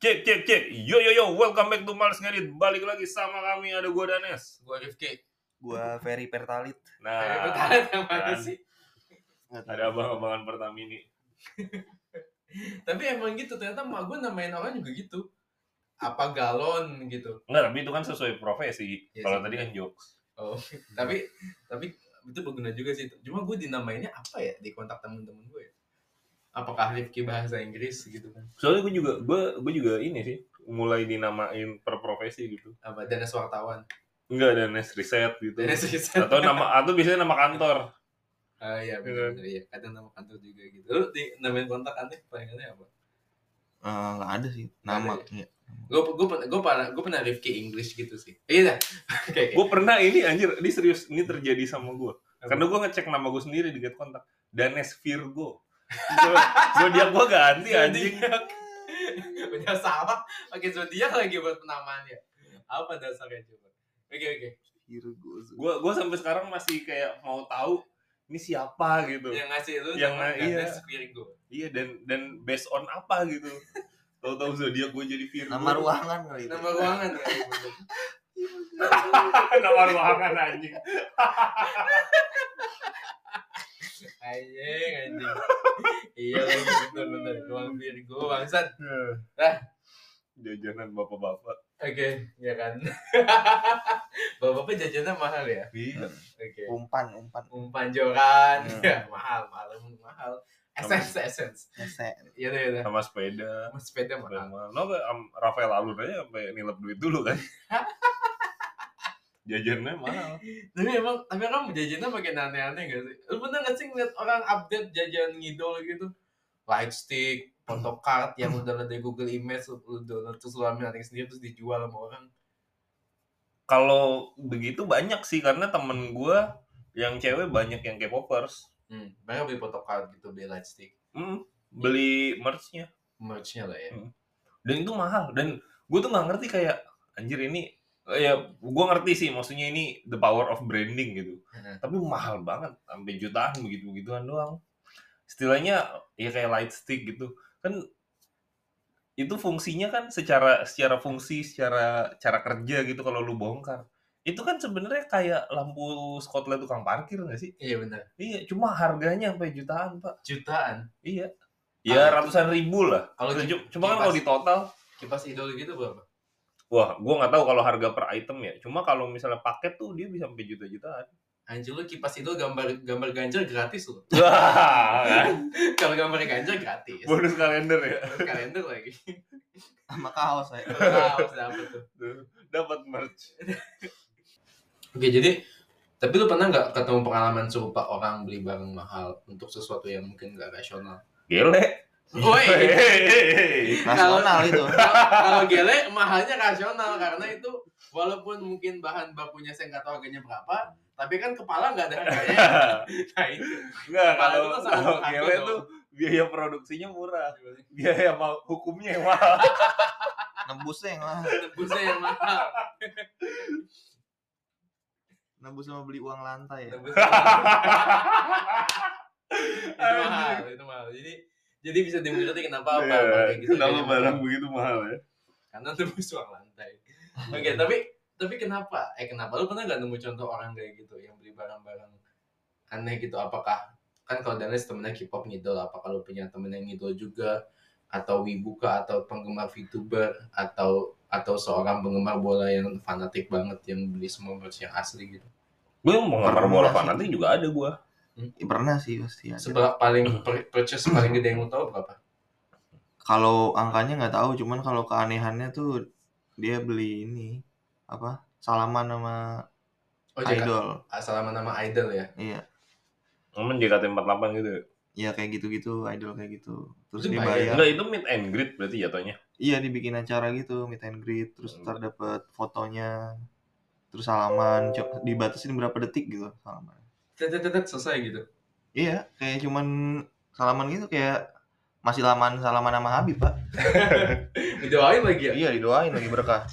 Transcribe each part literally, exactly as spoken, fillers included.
Cek cek cek. Yo yo yo, welcome back to Males Ngedit. Balik lagi sama kami, ada gua Danes, gua Rifki, gua Ferry Pertalit. Nah, Ferry Pertalit yang mana kan? sih? Ada abang-abangan Pertamini. Tapi emang gitu, ternyata mak gua namain orang juga gitu. Apa galon gitu. Enggak, tapi itu kan sesuai profesi. Ya, Kalau sih. tadi kan jokes. Oh, tapi tapi itu berguna juga sih. Cuma gua dinamainnya apa ya di kontak temen-temen gue ya? Apakah Rifki bahasa Inggris gitu kan? Soalnya gue juga gue gue juga ini sih mulai dinamain per profesi gitu. Apa Danes wartawan? Enggak, Danes riset gitu. Danes riset. Atau nama atau biasanya nama kantor. Ah iya benar iya. Kadang nama kantor juga gitu. Lu di namain kontak aneh paling aneh apa? Uh, nggak ada sih nama. Gue gue gue pernah gue pernah Rifki English gitu sih. Iya dah. Oke. Gue pernah ini anjir, ini serius, ini terjadi sama gue. Karena gue ngecek nama gue sendiri di get kontak. Danes Virgo. Zodiak gue ganti anjing. Udah sama pakai zodiak lagi buat penamaannya. Apa dasarnya coba? Oke oke. Virgo. Gue gue sampai sekarang masih kayak mau tahu ini siapa gitu. Yang ngasih lu yang nama iya. Danes Virgo. Iya, dan dan based on apa gitu. Tahu-tahu zodiak gue jadi Virgo. Nama ruangan kali itu. Nama ruangan kali. Nama ruangan anjing. Anjing anjing. Iya lagi bener-bener ruang Virgo bangsat. Ah, jajanan bapak-bapak. Oke, ya kan. Bapak-bapak jajannya mahal ya? Iya. Oke. Umpan, umpan. Umpan joran. Hmm. Ya, mahal, mahal, mahal. Essence, essence. Esen. Iya deh, iya deh. Sama sepeda. Mas sepeda mahal. Sama no, um, Rafael Alun aja sampai nilep duit dulu kan. Jajannya mahal. Tapi emang, tapi kamu jajannya makin aneh-aneh gak sih? Lu pernah gak sih ngeliat orang update jajan ngidol gitu? Lightstick, photocard yang udah ada di Google Image, lu download terus lu ambil nanti sendiri terus dijual sama orang. Kalau begitu banyak sih, karena temen gue yang cewek banyak yang K-popers. Hmm, mereka beli photocard gitu, beli lightstick. Hmm, beli merch-nya. Merch-nya lah ya. Hmm. Dan itu mahal. Dan gue tuh gak ngerti kayak, anjir ini, ya gue ngerti sih, maksudnya ini the power of branding gitu. Hmm. Tapi mahal banget, sampai jutaan begitu-begituan doang. Istilahnya ya kayak light stick gitu. Kan itu fungsinya kan secara secara fungsi, secara cara kerja gitu kalau lu bongkar. Itu kan sebenarnya kayak lampu spotlight tukang parkir enggak sih? Iya benar. Iya, cuma harganya sampai jutaan, Pak. Jutaan. Iya. Ya Ah, ratusan ribu lah. Kalau Cuma, ki- cuma kan kipas- kalau di total, kipas idol gitu berapa? wah, gua nggak tahu kalau harga per item ya. Cuma kalau misalnya paket tuh dia bisa sampai juta-jutaan. Anjir lu kipas idol gambar gambar ganjel gratis loh. Wah, kan? Kalau gambar ganjel gratis. Bonus kalender ya. Terus kalender lagi. Sama kaos ya. Harus dapet tuh. Tuh, dapat merch. Oke, jadi tapi lu pernah nggak ketemu pengalaman serupa orang beli barang mahal untuk sesuatu yang mungkin nggak rasional? Gele. Woi, Nasional itu. Kalau kalau gele mahalnya rasional karena itu walaupun mungkin bahan bakunya saya nggak tahu harganya berapa, tapi kan kepala nggak ada harganya. Nah itu. Enggak, Kepala kalau itu kan sangat kalau berharga gele dong. tuh biaya produksinya murah. Biaya mau hukumnya yang mahal. Nebusnya yang mahal. Tebusnya yang mahal. Nebus sama beli uang lantai ya. Tebusnya itu mahal, itu mahal. Jadi jadi bisa dimengerti kenapa Iya, apa kayak gitu. kenapa harganya barang mahal. begitu mahal ya? Karena tebus uang lantai. Oke, tapi tapi kenapa? Eh kenapa lu pernah nggak nemu contoh orang kayak gitu yang beli barang-barang aneh gitu? Apakah kan kalau Danes temennya K-pop ngidol, apakah lu punya temen yang ngidol juga atau wibuka atau penggemar VTuber atau atau seorang penggemar bola yang fanatik banget yang beli semua merch yang asli gitu? Gue yang penggemar Pernah bola sih. fanatik juga ada gue. Ya, pernah sih pasti ada. Seberapa paling per- purchase paling gede yang lu tahu berapa? Kalau angkanya nggak tahu, cuman kalau keanehannya tuh dia beli ini apa? Salaman sama Oh, J K. idol. Salaman nama idol ya. Iya. Ngomong J K T empat puluh delapan gitu ya? Iya kayak gitu-gitu, idol kayak gitu. Terus Itu dibayar. bayar. Enggak, itu meet and greet berarti jatuhnya. Iya, dibikin acara gitu, meet and greet, terus Hmm. ntar dapet fotonya, terus salaman, co- dibatasin berapa detik gitu salaman. Tet-tet-tet selesai gitu. Iya, kayak cuman salaman gitu, kayak masih laman salaman sama Habib, Pak. Didoain lagi ya. Iya, didoain lagi berkah.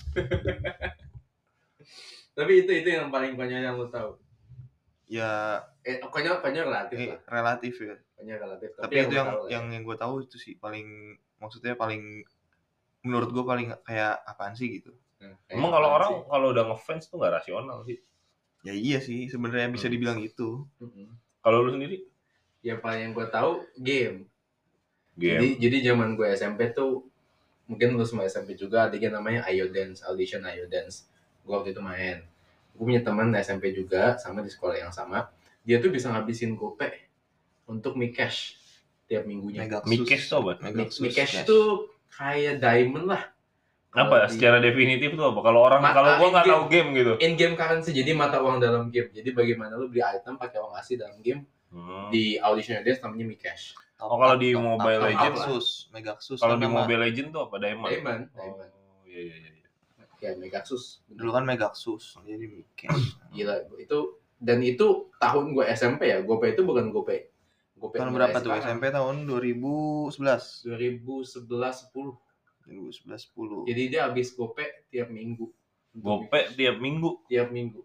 Tapi itu itu yang paling konyol yang lu tahu. Ya, Eh, konyol konyol relatif eh, lah. relatif ya. Konyol relatif. Tapi, yang itu lu yang tahu lah. yang yang gue tahu itu sih paling, maksudnya paling menurut gue paling kayak apaan sih gitu. Nah, kayak Emang kalau apaan orang sih? kalau udah ngefans tuh nggak rasional sih. Ya iya sih sebenarnya bisa Hmm. dibilang itu. Mm-mm. Kalau lu sendiri? Yang paling yang gue tahu game. Game. Jadi jadi zaman gue S M P tuh, mungkin lu semua S M P juga, ada game namanya Ayo Dance, Audition Ayo Dance. Gue waktu itu main. Gue punya teman S M P juga, sama di sekolah yang sama. Dia tuh bisa ngabisin gope untuk Mikesh tiap minggunya. Megaxus. Mikesh tuh apa? Megaxus. Mikesh Cash. tuh kayak diamond lah. Kalau Apa di- secara definitif tuh apa? Kalau orang Ma- kalau gua in nggak game. tahu game gitu. In-game currency, jadi mata uang dalam game. Jadi bagaimana lu beli item pakai uang asli dalam game. Hmm. Di Audition Dance namanya Mikesh. Oh, kalau di Top up, Mobile top up, Legends, Megaxus, Megaxus. Kalau kan di nama- Mobile Legends tuh apa? Diamond. Diamond, Oh, Diamond. iya iya iya. Ya Megaxus. dulu kan Megaxus, jadi Mikesh. Gila, itu dan itu tahun gue S M P ya. Gope itu bukan Gope. Gope Tahun mulai berapa tuh? S M P tahun dua ribu sebelas. dua ribu sebelas sepuluh. dua ribu sebelas sepuluh. Jadi dia habis Gope tiap minggu. Gope tiap minggu. Tiap minggu.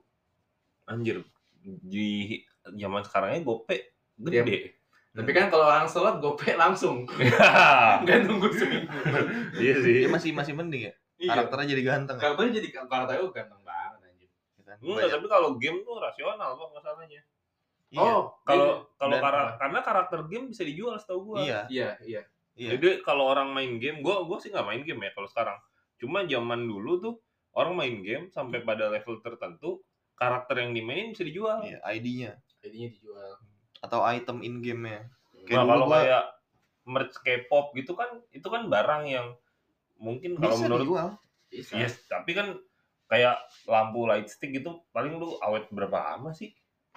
Anjir. Di zaman sekarangnya Gope gede. Tapi kan kalau orang sholat Gope langsung. Enggak nunggu seminggu. Iya sih. Dia masih masih mending ya. Iya. Karakternya jadi ganteng. Ya? Karakternya jadi karakternya ganteng banget anjir. Kan? Enggak, tapi kalau game tuh rasional kok masalahnya. Iya. Oh, Kalau kalau Dan- kara- karena karakter game bisa dijual setahu gua. Iya. iya, iya. Iya. Jadi kalau orang main game, gua gua sih nggak main game ya kalau sekarang. Cuma zaman dulu tuh orang main game sampai pada level tertentu, karakter yang dimainin bisa dijual. Iya, I D-nya Jadinya dijual. atau item in game-nya. Kayak Nah, dulu kalau gua- kayak merch K-pop gitu kan, itu kan barang yang mungkin kalau bisa menurut dijual. Bisa. yes, tapi kan kayak lampu light stick gitu paling lu awet berapa lama sih?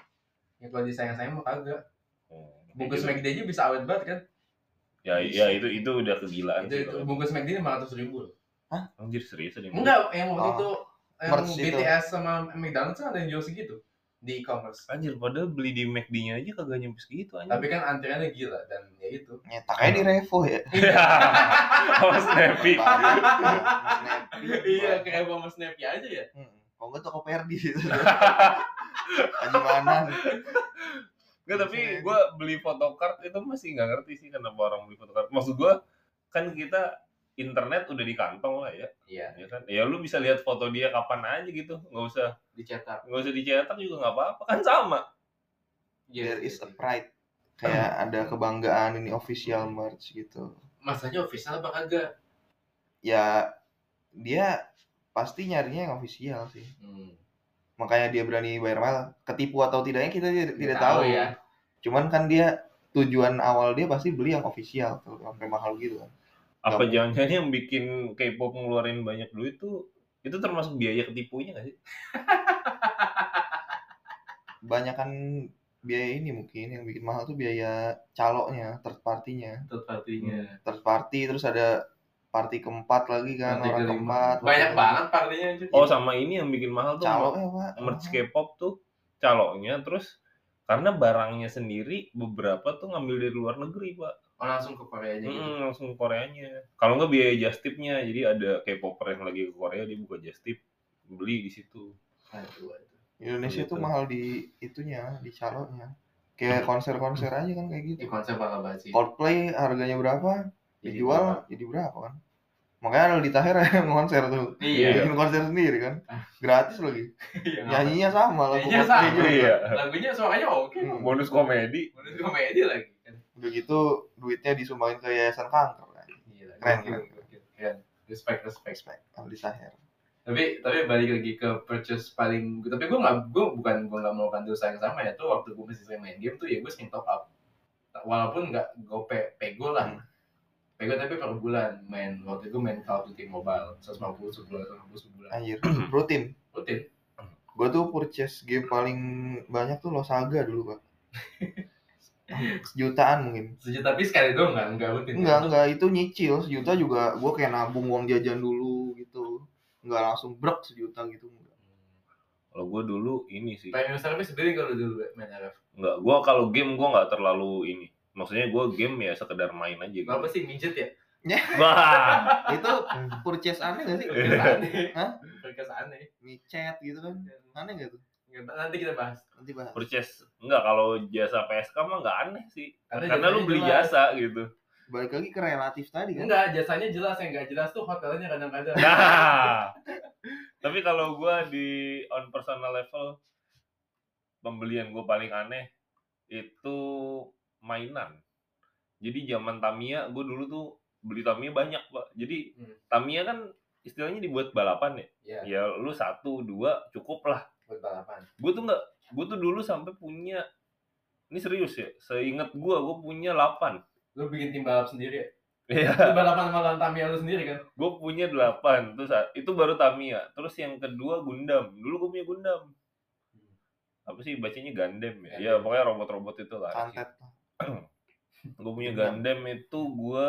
Ya kalau disayang-sayang mah kagak. Oh, Bungkus gitu. McD aja bisa awet banget kan? Ya, ya itu itu udah kegilaan Itu, sih. itu kalau- bungkus McD lima ratus ribu. Anjir serius nih. Enggak, yang waktu Oh. itu yang Merch B itu. T S sama McDonald's kan ada yang jual segitu di e-commerce. Anjir padahal beli di McD-nya aja kagak nyampe segitu anjir. Tapi kan antriannya gila dan ya itu. Nyetak aja di Revo ya. Sama Snappy. Snappy. Iya, kayak sama Snappy aja ya. Hmm. Kalau nggak toko Perdi gitu. Haji Manan. Enggak, tapi gue beli photocard itu masih nggak ngerti sih kenapa orang beli photocard. Maksud gue kan kita internet udah di kantong lah ya, Iya, ya kan? Ya lu bisa lihat foto dia kapan aja gitu, nggak usah dicetak. nggak usah dicetak juga nggak apa-apa kan sama. There is a pride. Kayak ada kebanggaan ini official merch gitu. Masanya official apa kagak? Ya dia pasti nyarinya yang official sih. Hmm. Makanya dia berani bayar mahal. Ketipu atau tidaknya kita tidak, tidak tahu tahu ya. Cuman kan dia tujuan awal dia pasti beli yang official tuh sampai mahal gitu kan. Apa Nggak- jangan-jangan yang bikin K-pop ngeluarin banyak duit tuh itu termasuk biaya ketipunya nggak sih? Banyakan biaya ini mungkin yang bikin mahal tuh biaya caloknya, third party-nya. Third party-nya. Third party terus ada party keempat lagi kan, Party orang kelima. keempat. Banyak banget partinya anjir. Oh sama ini yang bikin mahal tuh Caloknya, Pak. merch K-pop tuh caloknya terus karena barangnya sendiri beberapa tuh ngambil dari luar negeri pak. Oh, langsung ke Koreanya gitu. Mm, langsung ke Koreanya. Kalau nggak biaya just tip-nya, jadi ada K-popper yang lagi ke Korea dia buka just tip beli di situ. Aduh, aduh. Indonesia Gitu. tuh mahal di itunya, di caloknya. Kayak konser-konser aja kan kayak gitu. Ini konsep bakal banget sih. Coldplay harganya berapa? Jadi Dijual berapa? jadi berapa kan? Makanya Aldi Taher yang konser tuh. Iya. Bikin konser sendiri kan. Gratis lagi. Iya. Nyanyinya sama lagu Nyanyinya Coldplay sama. juga. Iya. Lagunya suaranya oke. Hmm. Bonus komedi. Menurut komedi lagi kan. Udah gitu duitnya disumbangin ke Yayasan Kanker kan. Gila. Keren, gokil, keren. gokil, keren. Respect, respect. Respect Aldi Taher. Tapi tapi balik lagi ke purchase paling, tapi gue nggak, gue bukan gue nggak melakukan dosa yang sama ya. Tuh waktu gue masih sering main game tuh ya gue sering top up. Walaupun nggak gope pego lah. Hmm. Pego tapi per bulan main. Waktu itu main Call of Duty Mobile seratus lima puluh sebulan, seratus lima puluh sebulan. Anjir, rutin. Rutin. Gue tuh purchase game paling banyak tuh Losaga dulu, Pak. Sejutaan mungkin. Sejuta tapi sekali doang kan, nggak rutin. Enggak, enggak, itu nyicil. Sejuta juga gue kayak nabung uang jajan dulu gitu. Enggak langsung brek sejuta gitu. Enggak. Kalau gue dulu ini sih. Premium service sendiri kalau dulu main R F. Nggak, gue kalau game gue nggak terlalu ini. Maksudnya gue game ya sekedar main aja gitu. Apa sih midget ya? Wah. Itu purchase aneh gak sih? Purchase aneh. Hah? Purchase aneh. Micet gitu kan. Aneh gak tuh? Nanti kita bahas. Nanti bahas. Purchase enggak kalau jasa P S K mah nggak aneh sih. Karena Karena lu jasanya beli jelas. jasa gitu. Balik lagi ke relatif tadi kan. Enggak, jasanya jelas, yang enggak jelas tuh hotelnya kadang-kadang. Nah, tapi kalau gue di on personal level, pembelian gue paling aneh itu mainan. Jadi zaman Tamiya, gue dulu tuh beli Tamiya banyak, Pak. Jadi Hmm. Tamiya kan istilahnya dibuat balapan ya. Iya, Ya lu satu, dua cukup lah. buat balapan. Gue tuh nggak, gue tuh dulu sampai punya, ini serius ya, seingat gue, gue punya delapan. Lu bikin tim balap sendiri ya? Iya. Lu balapan sama lawan Tamiya lu sendiri kan? Gue punya delapan, terus itu baru Tamiya. Terus yang kedua Gundam. Dulu gue punya Gundam. Apa sih bacanya Gundam ya? Ya pokoknya robot-robot itu lah. Santet. Gue punya Gundam itu gue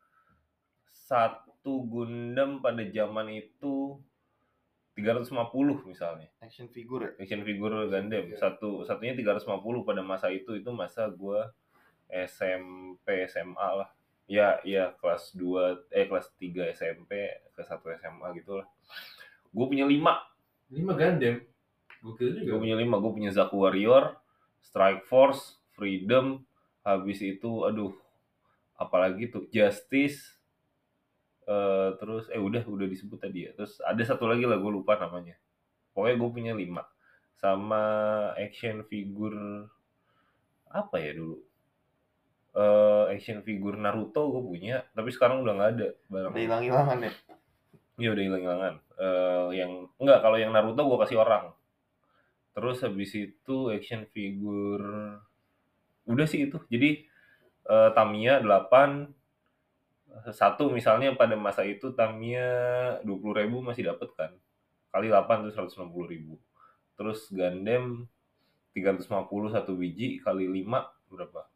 satu Gundam pada zaman itu tiga ratus lima puluh misalnya. Action figure ya? Action figure Gundam. Satu satunya tiga ratus lima puluh pada masa itu. Itu masa gue S M P S M A lah. Ya, ya kelas dua eh kelas tiga S M P, kelas satu S M A gitu lah. Gue punya lima. lima Gundam. Gue kira juga. Gue punya lima. Gue punya Zaku Warrior, Strike Force, Freedom, habis itu aduh apalagi tuh Justice, uh, terus eh udah udah disebut tadi ya. Terus ada satu lagi lah gue lupa namanya. Pokoknya gue punya lima. Sama action figure apa ya dulu? Uh, action figure Naruto gue punya, tapi sekarang udah nggak ada barang. Udah hilang-hilangan ya? Iya udah hilang-hilangan. Uh, yang enggak, kalau yang Naruto gue kasih orang. Terus habis itu action figure udah sih itu. Jadi uh, Tamiya delapan, satu misalnya pada masa itu Tamiya dua puluh ribu masih dapet kan. Kali delapan itu seratus enam puluh ribu. Terus Gundam tiga ratus lima puluh satu biji kali lima berapa?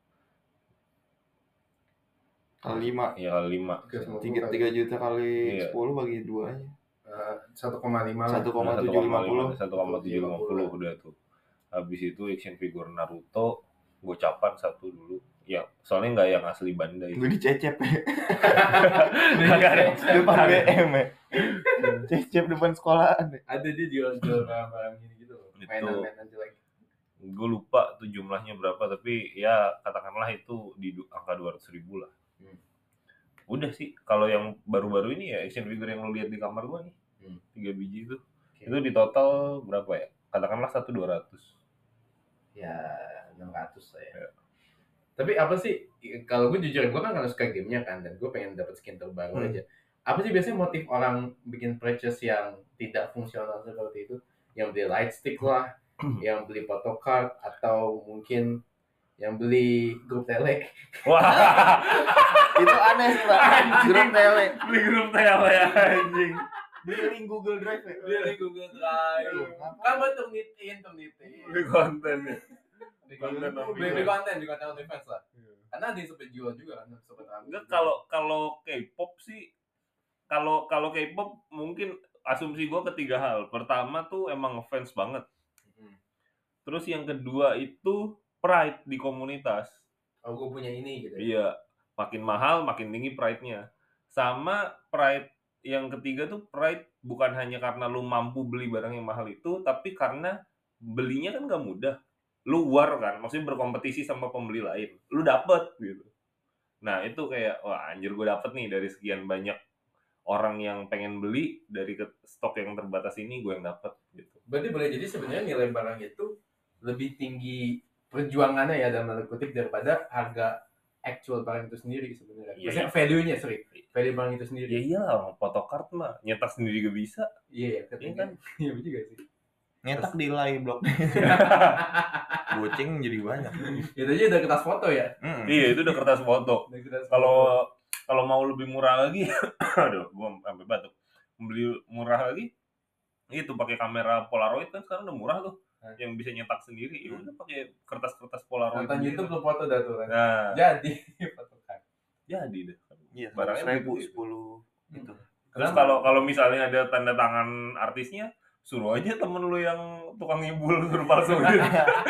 Kali lima. Ya kali lima. tiga juta kali iya. sepuluh bagi dua aja. satu koma lima satu koma tujuh lima nol. satu koma tujuh lima nol udah tuh. Habis itu action figure Naruto gocapan satu dulu. Ya, soalnya nggak yang asli Bandai. Gue dicecep ya. Depan B M ya. Cecep depan sekolahan ya. Ada dia jual-jual barang-barang gini gitu loh. Mainan-mainan jelek. Gue lupa tuh jumlahnya berapa, tapi ya katakanlah itu di angka dua ratus ribu lah. Hmm. Udah sih, kalau yang baru-baru ini ya action figure yang lo lihat di kamar gue nih, hmm. tiga biji itu, okay. Itu di total berapa ya? Katakanlah satu dua ratus. Ya enam ratus lah ya. ya. Tapi apa sih, kalau gue jujur, gue kan karena suka gamenya kan, dan gue pengen dapat skin terbaru hmm. aja. Apa sih biasanya motif orang bikin purchase yang tidak fungsional seperti itu? Yang beli light stick lah, yang beli photocard, atau mungkin yang beli grup tele. Wah, itu aneh sih Pak. Grup tele. Beli grup tele ya anjing. Beli link Google Drive ya. Beli link Google Drive. Kan buat ternitin, ternitin. Beli konten ya. Beli konten, beli konten juga konten OnlyFans lah. Karena ada yang sempat jual juga kan, sempat ramai. Enggak, kalau kalau K-pop sih, kalau kalau K-pop mungkin asumsi gue ketiga hal. Pertama tuh emang ngefans banget. Terus yang kedua itu pride di komunitas. Oh, gue punya ini gitu. Iya, makin mahal makin tinggi pride-nya. Sama pride yang ketiga tuh pride bukan hanya karena lu mampu beli barang yang mahal itu, tapi karena belinya kan gak mudah. Lu war kan, maksudnya berkompetisi sama pembeli lain. Lu dapet gitu. Nah itu kayak, wah anjir gue dapet nih dari sekian banyak orang yang pengen beli, dari stok yang terbatas ini gue yang dapet gitu. Berarti boleh jadi sebenarnya nilai barang itu lebih tinggi perjuangannya ya dalam tanda kutip daripada harga actual barang itu sendiri sebenarnya. Iya, maksudnya value-nya, sorry. Value barang itu sendiri. Ya iyalah, orang photocard mah nyetak sendiri juga bisa. Iya, iya kan. Iya juga sih. Nyetak di live blog. Boceng jadi banyak. Itu aja udah kertas foto ya. Mm. Iya, itu udah kertas foto. Kalau kalau mau lebih murah lagi, aduh, gua sampai batuk. Beli murah lagi, itu pakai kamera Polaroid kan sekarang udah murah tuh. Nah. Yang bisa nyetak sendiri, ya udah pakai kertas-kertas Polaroid. Nonton YouTube lu foto dah tuh kan. Nah, jadi foto kan. Jadi deh. Iya, barangnya seribu sepuluh gitu. Terus kalau kalau misalnya ada tanda tangan artisnya, suruh aja temen lu yang tukang ngibul suruh palsuin.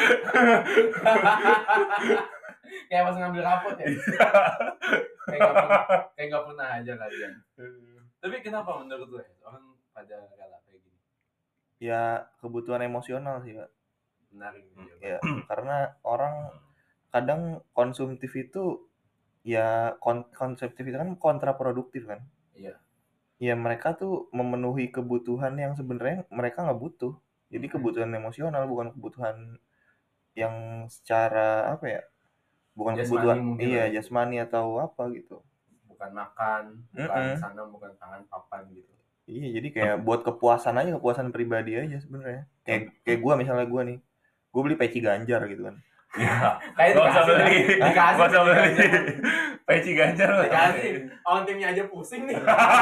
Kayak pas ngambil rapot ya. kayak nggak pernah, kayak nggak pernah aja kalian. Tapi kenapa menurut lu orang pada rela kayak gini? Ya kebutuhan emosional sih Pak. Menarik. Ya karena orang kadang konsumtif itu ya kon- konseptif itu kan kontraproduktif kan. Iya. Ya mereka tuh memenuhi kebutuhan yang sebenarnya mereka nggak butuh. Jadi Hmm. kebutuhan emosional bukan kebutuhan yang secara apa ya? Bukan Jasmani kebutuhan mungkin iya lah ya. jasmani atau apa gitu. Bukan makan, bukan Mm-mm. sana, bukan tangan, papan gitu. Iya jadi kayak buat kepuasan aja, kepuasan pribadi aja sebenarnya. Kayak kayak gua misalnya gua nih, gua beli peci Ganjar gitu kan. Ya, Kayak gak usah dikasih dah. beli, Dikasih gak usah peci beli. Ganjar. Peci Ganjar mah. Dikasih. On timnya aja pusing nih.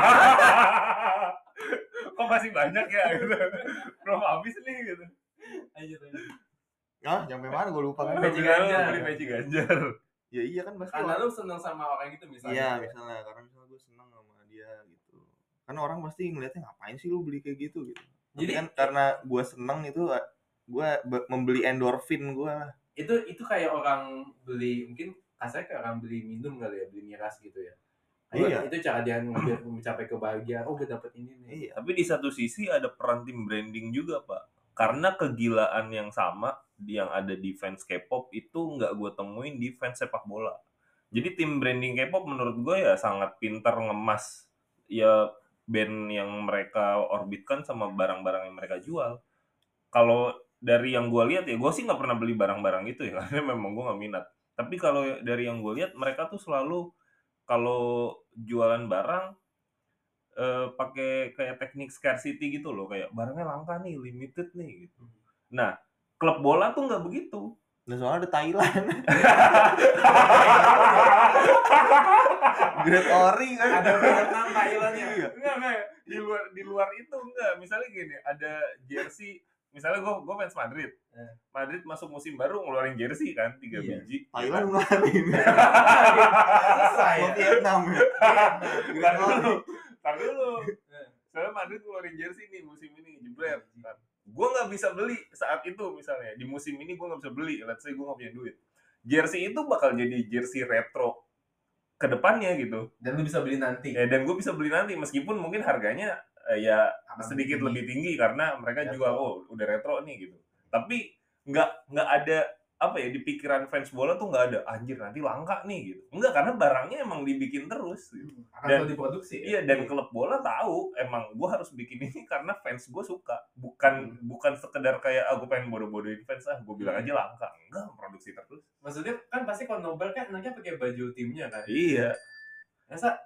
Kok masih banyak ya gitu. Belum habis nih gitu. Lanjut, lanjut. Ah, nyampe mana gua lupa kan. Peci Ganjar. Beli peci Ganjar. Ya iya kan pasti. Karena lu seneng sama orang itu misalnya. Iya, misalnya karena misalnya gue seneng sama dia gitu. Karena orang pasti ngeliatnya ngapain sih lu beli kayak gitu gitu. Jadi Jadi kan karena gue seneng itu gue be- membeli endorfin gue lah. itu itu kayak orang beli, mungkin kasarnya kayak orang beli minum kali ya, beli miras gitu ya. Iya. Itu cara dia ngambil mencapai kebahagiaan. Oh, gue dapet ini nih. Iya. Tapi di satu sisi ada peran tim branding juga, Pak. Karena kegilaan yang sama yang ada di fans K-pop itu nggak gue temuin di fans sepak bola. Jadi tim branding K-pop menurut gue ya sangat pintar ngemas ya band yang mereka orbitkan sama barang-barang yang mereka jual. Kalau dari yang gue lihat ya, gue sih nggak pernah beli barang-barang itu ya, karena memang gue nggak minat. Tapi kalau dari yang gue lihat, mereka tuh selalu kalau jualan barang eh, pakai kayak teknik scarcity gitu loh, kayak barangnya langka nih, limited nih gitu. Nah, klub bola tuh nggak begitu. Nah soalnya ada Thailand. Great Ori kan. Ada Vietnam, Thailand ya. Iya. Enggak, enggak. Di luar di luar itu enggak. Misalnya gini, ada jersey. Misalnya gue gue fans Madrid. Eh. Madrid masuk musim baru ngeluarin jersey kan, tiga Iya. biji. Thailand ngeluarin. Selesai Sama ya. Vietnam ya. Tar dulu. Tar dulu. Soalnya Madrid ngeluarin jersey nih musim ini, jebret. Kan. Gue nggak bisa beli saat itu misalnya. Di musim ini gue nggak bisa beli. Let's say gue nggak punya duit. Jersey itu bakal jadi jersey retro ke depannya gitu. Dan lu bisa beli nanti. Ya, dan gue bisa beli nanti meskipun mungkin harganya eh, ya Akan sedikit tinggi. lebih tinggi karena mereka Retro. jual oh udah retro nih gitu. Tapi nggak nggak ada apa ya di pikiran fans bola tuh nggak ada anjir nanti langka nih gitu. Enggak, karena barangnya emang dibikin terus gitu. Akan Dan- selalu diproduksi ya. Iya, dan klub bola tahu emang gue harus bikin ini karena fans gue suka, bukan bukan sekedar kayak ah gue pengen bodoh-bodohin fans ah gue bilang aja langka. Enggak, produksi terus. Maksudnya kan pasti kalau nobar kan anaknya pakai baju timnya kan. Iya. Masa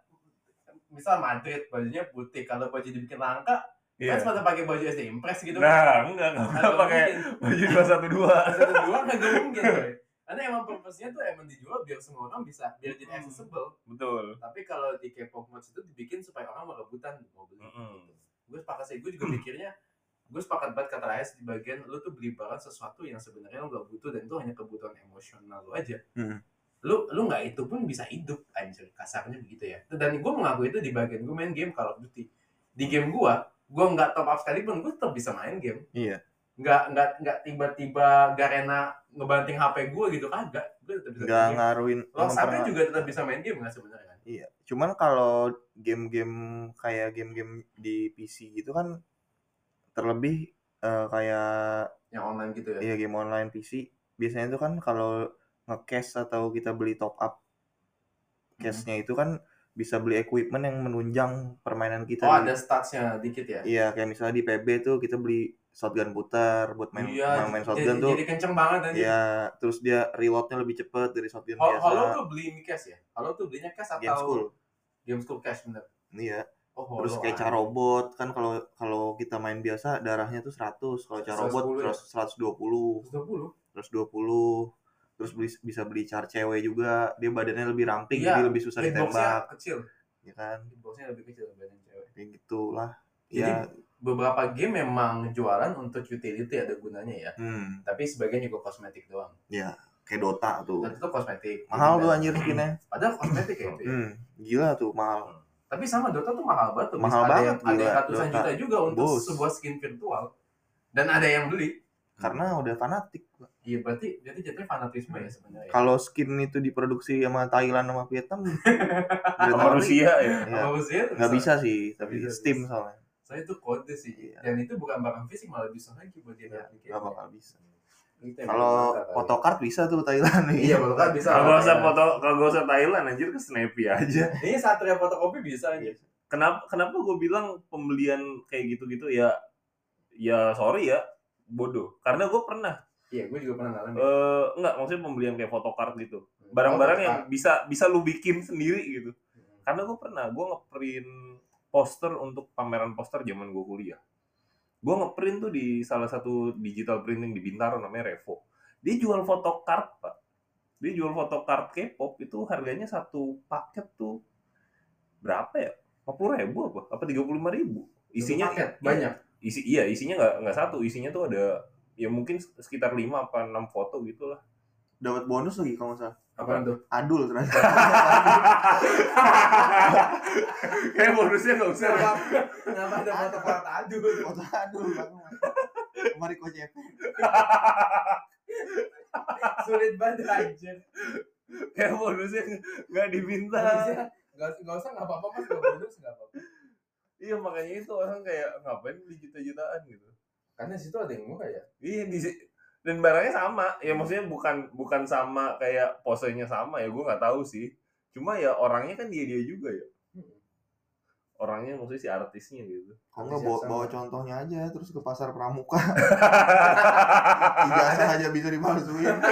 misal Madrid bajunya putih, kalau baju dibikin langka Iya. fans pada pakai baju S D Impress gitu. Nah, enggak enggak Nggak pakai mungkin. baju dua satu dua. Satu dua nggak mungkin coy. Karena emang purpose-nya tuh emang dijual biar semua orang bisa, biar jadi Hmm. accessible. Betul. Tapi kalau di K-pop merch itu dibikin supaya orang mau rebutan mau beli. Mm-mm. Gue sepakat sih, gue juga mikirnya gue sepakat banget kata Ayas di bagian lu tuh beli barang sesuatu yang sebenarnya lu gak butuh dan itu hanya kebutuhan emosional lu aja. Hmm. Lu lu nggak itu pun bisa hidup anjir, kasarnya begitu ya. Dan gue mengaku itu di bagian gue main game Call of Duty. Di game gue, gue nggak top up sekalipun gue tetap bisa main game. Iya. Nggak nggak nggak tiba-tiba Garena ngebanting H P gue gitu kagak. Gue tetap bisa Nggak main game. ngaruhin. Lo sampai mempengaruhi- juga tetap bisa main game nggak sebenarnya kan? Iya. Cuman kalau game-game kayak game-game di P C gitu kan terlebih eh, kayak Yang online gitu ya. iya game online P C biasanya itu kan kalau nge-cash atau kita beli top up cash-nya itu kan bisa beli equipment yang menunjang permainan kita. Oh di- ada statsnya dikit ya? Iya, kayak misalnya di P B tuh kita beli shotgun putar buat main Iya, main, main jadi, shotgun tuh. jadi kenceng banget anjir. Iya, terus dia reloadnya lebih cepet dari shotgun Halo, biasa. Halo tuh beli ini cash ya? Halo tuh belinya cash atau Game school. Game school cash bener. Iya. Oh, Terus Holo, kayak ah. carobot kan kalau kalau kita main biasa darahnya tuh seratus, kalau carobot seratus sepuluh ya? seratus dua puluh. seratus dua puluh. seratus dua puluh. Terus beli, bisa beli car cewek juga, dia badannya lebih ramping Iya, jadi lebih susah Hitbox-nya ditembak, kecil. ya kan? Hitbox-nya lebih kecil dibanding cewek. Kayak gitulah. Jadi Ya, beberapa game memang jualan untuk utility ada gunanya ya. hmm, Tapi sebagian juga kosmetik doang. ya kayak Dota tuh. Dan itu kosmetik. Mahal Jadi, tuh anjir skinnya. Padahal kosmetik ya itu ya. Hmm, gila tuh mahal. Tapi sama Dota tuh mahal banget tuh. Mahal Bisa ada banget, yang, ada yang gila, ratusan Dota. juta juga untuk Bos. sebuah skin virtual. Dan ada yang beli. Karena udah fanatik. Iya berarti jadi jatuhnya fanatisme ya sebenarnya. Kalau skin itu diproduksi sama Thailand sama Vietnam, Sama Rusia ya. ya, Apa sih? nggak bisa sih, tapi Bisa, Steam bisa. soalnya Saya itu kode sih. Iya. Dan itu bukan barang fisik malah bisa lagi buat dia Iya, aplikasi. nggak bakal bisa. Itu yang Kalau bangga kali. photocard bisa tuh Thailand nih. Iya, photocard bisa. Kalau nggak usah Thailand. foto, kalau nggak usah Thailand anjir ke Snappy aja. Ini Satria fotokopi bisa aja. Kenapa kenapa gue bilang pembelian kayak gitu-gitu ya ya sorry ya bodoh. Karena gue pernah Iya, gue juga pernah ngalamin. eh enggak maksudnya pembelian kayak photocard gitu. Barang-barang yang bisa bisa lu bikin sendiri gitu. Karena gue pernah gue ngeprint poster untuk pameran poster zaman gue kuliah. Gue ngeprint tuh di salah satu digital printing di Bintaro namanya Revo. Dia jual photocard, Pak. Dia jual photocard K-pop itu harganya satu paket tuh berapa ya? lima puluh ribu apa? Apa tiga puluh lima ribu? Isinya paket, banyak. Isi iya, isinya nggak nggak satu, isinya tuh ada ya mungkin sekitar lima apa enam foto gitulah. Dapat bonus lagi kalau nggak salah. Apaan tuh? Adul ternyata. Kayak bonusnya nggak usah. Kenapa ada foto-foto adul? Foto adul banget. Mari kau C P. Sulit banget aja. Kayak bonusnya nggak diminta. Gak, gak usah nggak apa-apa mas, gak bonus nggak apa-apa. Iya makanya itu orang kayak ngapain beli juta-jutaan gitu. Karena di situ ada yang murah ya. Iya di dan barangnya sama. Ya maksudnya bukan bukan sama kayak posenya sama ya, gue nggak tahu sih. Cuma ya orangnya kan dia-dia juga ya. Orangnya maksudnya si artisnya gitu. Kok nggak bawa, bawa contohnya aja terus ke pasar pramuka. Ijazah aja bisa dipalsuin.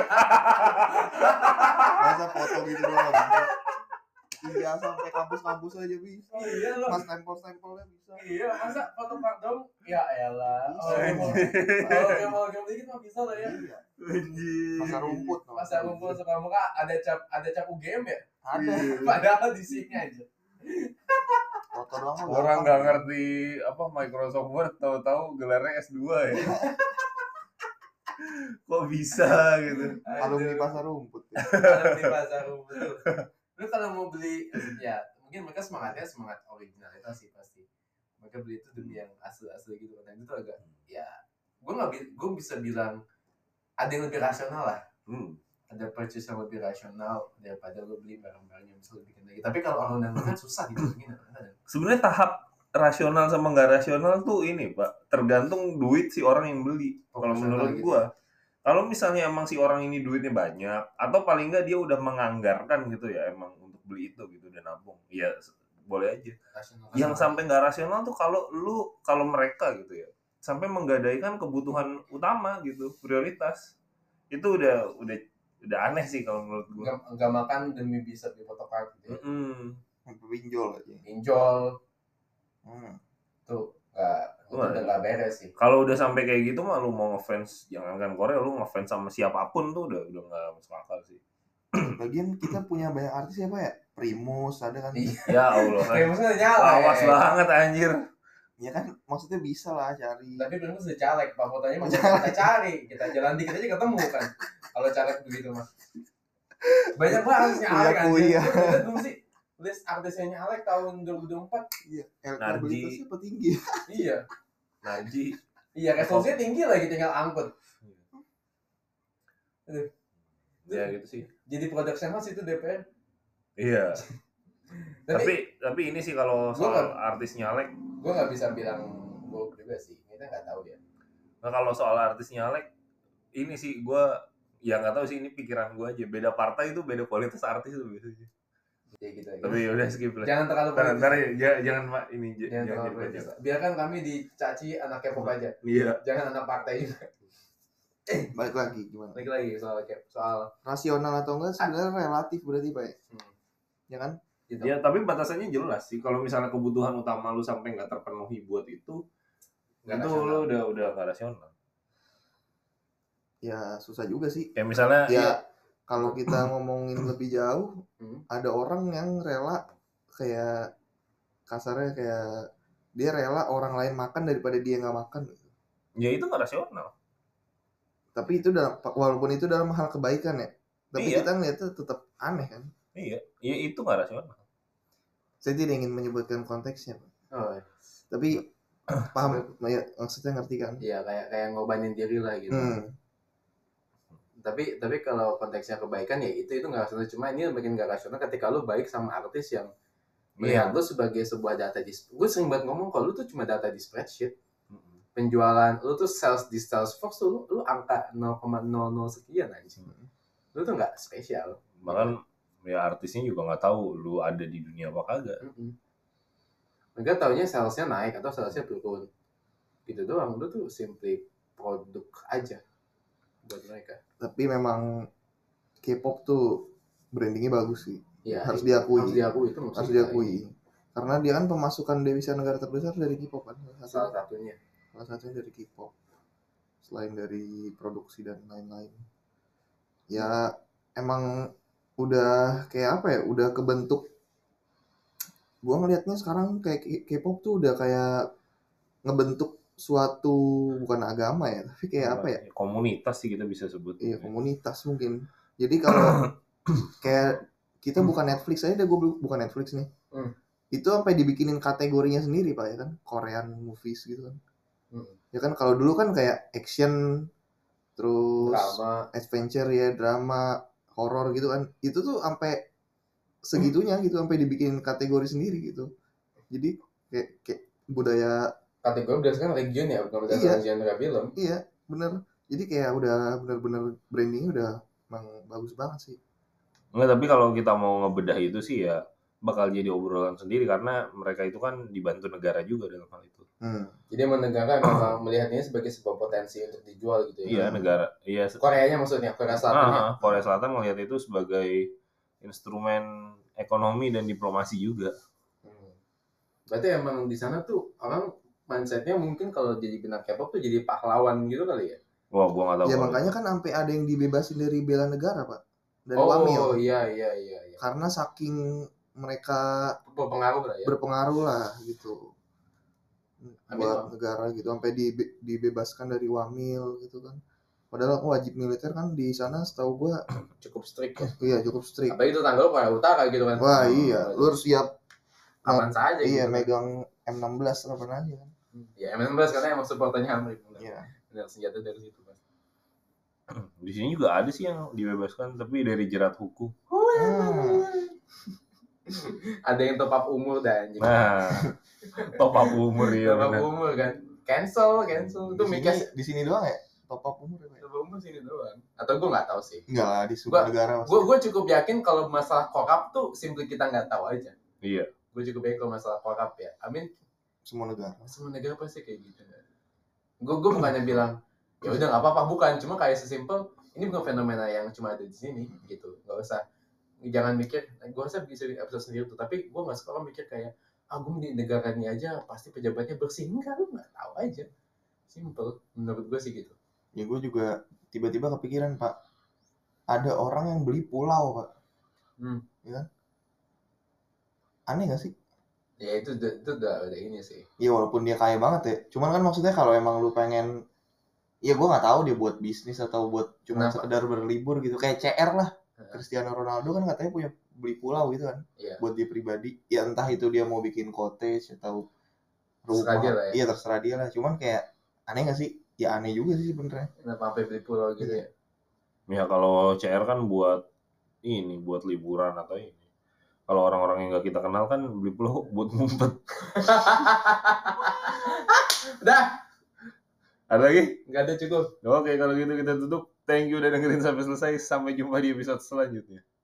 Masa foto gitu doang. Ijazah sampai kampus-kampus aja bisa. Iya loh. Mas stempel-stempelnya bisa. Iya, masa foto Pak Dong? Ya elah. Bisa. Kalau yang mau game dikit mah bisa lah ya. Iya. Anjir. Pasar rumput. Pasar rumput suka muka ada cap ada cap U G M ya? Ada. Padahal di sini aja. Foto doang mah Orang gampang. nggak ngerti apa Microsoft Word, tahu-tahu gelarnya S dua ya. Kok bisa gitu? Alumni pasar rumput. Ya. Alumni pasar rumput. Lu kalau mau beli, ya mungkin mereka semangatnya semangat originalitas sih pasti. Mereka beli itu demi yang asli-asli gitu. Dan itu agak, ya, gue nggak, gue bisa bilang ada yang lebih rasional lah. Hmm. Ada purchase yang lebih rasional daripada lu beli barang-barang yang bisa lu bikin lagi. Tapi kalau online kan susah dibilangin. Sebenarnya tahap rasional sama nggak rasional tuh ini Pak, tergantung duit si orang yang beli. Kalau menurut gitu. gua, kalau misalnya emang si orang ini duitnya banyak, atau paling nggak dia udah menganggarkan gitu ya emang untuk beli itu gitu dan nabung, ya boleh aja. Rasional, yang rasional. sampai nggak rasional tuh kalau lu kalau mereka gitu ya sampai menggadaikan kebutuhan utama gitu, prioritas itu udah udah udah aneh sih kalau menurut gua. Nggak, nggak makan demi bisa beli photocard gitu ya. Mm-mm. Pinjol aja. Pinjol Hmm. tuh nggak itu Wah, udah nggak beres sih. Kalau udah sampai kayak gitu mah lu mau ngefans jangankan Korea, lu ngefans sama siapapun tuh udah udah nggak masuk akal sih. Lagian kita punya banyak artis ya Pak ya? Primus ada kan? Iya. Ya Allah. Kayak maksudnya nyala. Awas ya. banget anjir. Ya kan maksudnya bisa lah cari. Tapi Primus udah caleg, Pak fotonya mah kita cari, kita jalan dikit aja ketemu kan. Kalau caleg begitu mah. Banyak banget artisnya Iya, Alek kan. iya. Belum sih list artisnya Alek tahun dua ribu dua puluh empat. Iya, Narji. elektabilitasnya apa tinggi? Iya. Narji. Iya, resolusinya tinggi lagi tinggal angkut. Aduh. Ya gitu sih. Jadi production house itu D P R. Iya. Tapi, tapi tapi ini sih kalau Gua soal nggak- artis nyalek, gue nggak bisa bilang buruk juga sih. Kita nggak tahu ya. nah kalau soal artis nyalek ini sih gua ya nggak tahu sih, ini pikiran gua aja. Beda partai itu beda kualitas artis itu biasanya. Ya gitu ya. Tapi udah skip lah. Jangan terlalu Ntar, politis. ntar ya, j- jangan Pak ini j- Jangan jangan terlalu jadi politis. panjang. Biarkan kami dicaci anak K-pop aja. Iya. Jangan anak partai juga. Balik lagi gimana? Lagi lagi soal K- soal Rasional atau enggak sebenarnya relatif berarti Pak ya? Hmm. Ya kan? gitu. Ya tapi batasannya jelas sih. Kalau misalnya kebutuhan utama lu sampai nggak terpenuhi buat itu, Nggak itu rasional. lu udah udah nggak rasional. Ya susah juga sih. Kayak misalnya Ya kalau kita ngomongin lebih jauh, Hmm. ada orang yang rela kayak kasarnya kayak dia rela orang lain makan daripada dia nggak makan. ya itu nggak rasional. Tapi itu dalam walaupun itu dalam hal kebaikan ya. Tapi Iya. kita ngeliatnya tetap aneh kan. Iya, ya itu nggak rasional. Saya tidak ingin menyebutkan konteksnya, Pak. Oh, iya. Tapi paham ya, maksudnya ngerti kan? Iya kayak kayak ngobanin diri lah gitu. Hmm. Tapi tapi kalau konteksnya kebaikan ya itu itu nggak rasional. Cuma ini makin nggak rasional ketika lu baik sama artis yang melihat lu sebagai sebuah data di. Gue sering banget ngomong kalau lu tuh cuma data di spreadsheet. penjualan lu tuh sales di Salesforce tuh lu, lu angka nol koma nol nol sekian aja. Lu tuh nggak spesial. Bahkan ya artisnya juga nggak tahu lu ada di dunia apa kagak. Mm-mm. Mereka taunya salesnya naik atau salesnya turun. Gitu doang. Lu tuh simply produk aja buat mereka. Tapi memang K-pop tuh brandingnya bagus sih. Ya, Harus diakui. Harus diakui itu Harus diakui. Karena dia kan pemasukan devisa negara terbesar dari K-pop kan. Salah satunya. Salah satunya dari K-pop. Selain dari produksi dan lain-lain. Ya emang udah kayak apa ya? Udah kebentuk. Gua ngelihatnya sekarang kayak K-pop tuh udah kayak ngebentuk suatu bukan agama ya, tapi kayak apa ya? Komunitas sih kita bisa sebut. Iya, komunitas mungkin. Jadi kalau kayak kita bukan Netflix aja, gue bukan Netflix nih. Hmm. Itu sampai dibikinin kategorinya sendiri Pak ya kan, Korean movies gitu kan. Hmm. Ya kan kalau dulu kan kayak action, terus Drama. adventure ya, drama, horor gitu kan. Itu tuh sampai segitunya gitu, sampai dibikinin kategori sendiri gitu. Jadi kayak, kayak budaya Kategori berdasarkan region ya, bukan berdasarkan Iya. genre film. Iya, bener. Jadi kayak udah bener-bener brandingnya udah emang bagus banget sih. Enggak, tapi kalau kita mau ngebedah itu sih ya bakal jadi obrolan sendiri karena mereka itu kan dibantu negara juga dalam hal itu. Hmm. Jadi emang negara memang melihatnya sebagai sebuah potensi untuk dijual gitu ya. Iya, negara. Iya. Koreanya maksudnya, Korea Selatan. Ah, Korea Selatan melihat itu sebagai instrumen ekonomi dan diplomasi juga. Hmm. Berarti emang di sana tuh orang mindsetnya mungkin kalau jadi bintang K-pop tuh jadi pahlawan gitu kali ya? Wah, gua nggak tahu. Ya kalau makanya itu. kan sampai ada yang dibebasin dari bela negara Pak, dari Oh Wamil. iya iya iya. iya. Karena saking mereka berpengaruh lah ya. Berpengaruh lah gitu. Amin, Buat negara gitu sampai di, dibebaskan dari Wamil gitu kan. Padahal wajib militer kan di sana setahu gua cukup strict ya. Iya, cukup strict. Apalagi itu tanggal Korea Utara gitu kan. Wah, iya, lu harus siap aman saja iya, gitu. megang M enam belas kapan aja kan. Ya M enam belas karena emang supporternya Amerika. Iya. Benar senjata dari situ kan. Di sini juga ada sih yang dibebaskan tapi dari jerat hukum. Hmm. Ada yang top up umur dan anjing. Nah, top up umur ya. Top up umur kan. Cancel, cancel. Itu Di sini, Mikas di sini doang ya? Top up umur ya? top up umur sini doang. Atau gue nggak tahu sih. Enggak lah, di semua negara pasti. Gue gue cukup yakin kalau masalah korup tuh simply kita nggak tahu aja. Iya. Gue cukup yakin kalau masalah korup ya. I mean semua negara. Semua negara pasti kayak gitu. Gue gue bukannya bilang ya udah nggak apa-apa, bukan, cuma kayak sesimpel ini bukan fenomena yang cuma ada di sini gitu. Nggak usah, jangan mikir gue usah bisa episode sendiri tuh, tapi gue nggak suka mikir kayak ah gue di negara ini aja pasti pejabatnya bersih. Enggak, lu nggak tahu aja. Simple menurut gue sih gitu. Ya gue juga tiba-tiba kepikiran Pak, ada orang yang beli pulau Pak. Hmm. Ya kan? Aneh gak sih? Ya itu itu udah ada ini sih. Ya walaupun dia kaya banget ya, cuman kan maksudnya kalau emang lu pengen, ya gue nggak tahu dia buat bisnis atau buat cuma Kenapa? sekedar berlibur gitu, kayak C R lah. Hmm. Cristiano Ronaldo kan katanya punya beli pulau gitu kan, Iya. buat dia pribadi. Ya entah itu dia mau bikin cottage atau rumah, Terserah dia lah ya. iya terserah dia lah. Cuman kayak aneh gak sih? Ya aneh juga sih sebenarnya. Kenapa sampai beli pulau gitu ya? Ya kalau C R kan buat ini, buat liburan atau ini. Kalau orang-orang yang nggak kita kenal kan beli pulau buat ngumpet. Udah. Ada lagi? Nggak ada, cukup. Oke, kalau gitu kita tutup. Thank you udah dengerin sampai selesai. Sampai jumpa di episode selanjutnya.